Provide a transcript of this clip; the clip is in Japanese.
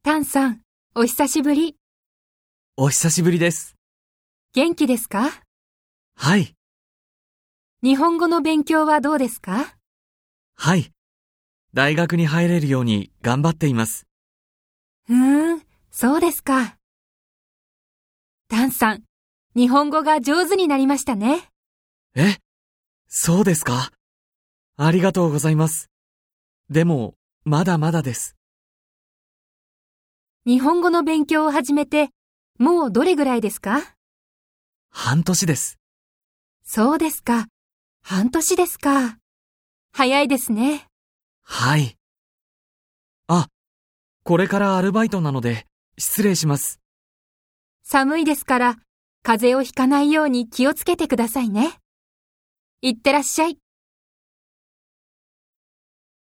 タンさん、お久しぶり。 お久しぶりです。 元気ですか？ はい。 日本語の勉強はどうですか？ はい。大学に入れるように頑張っています。 そうですか。タンさん、日本語が上手になりましたね。 え、そうですか？ありがとうございます。でも、まだまだです。 日本語の勉強を始めて、もうどれぐらいですか？ 半年です。 そうですか。半年ですか。早いですね。 はい。あ、これからアルバイトなので、失礼します。 寒いですから、風邪をひかないように気をつけてくださいね。いってらっしゃい。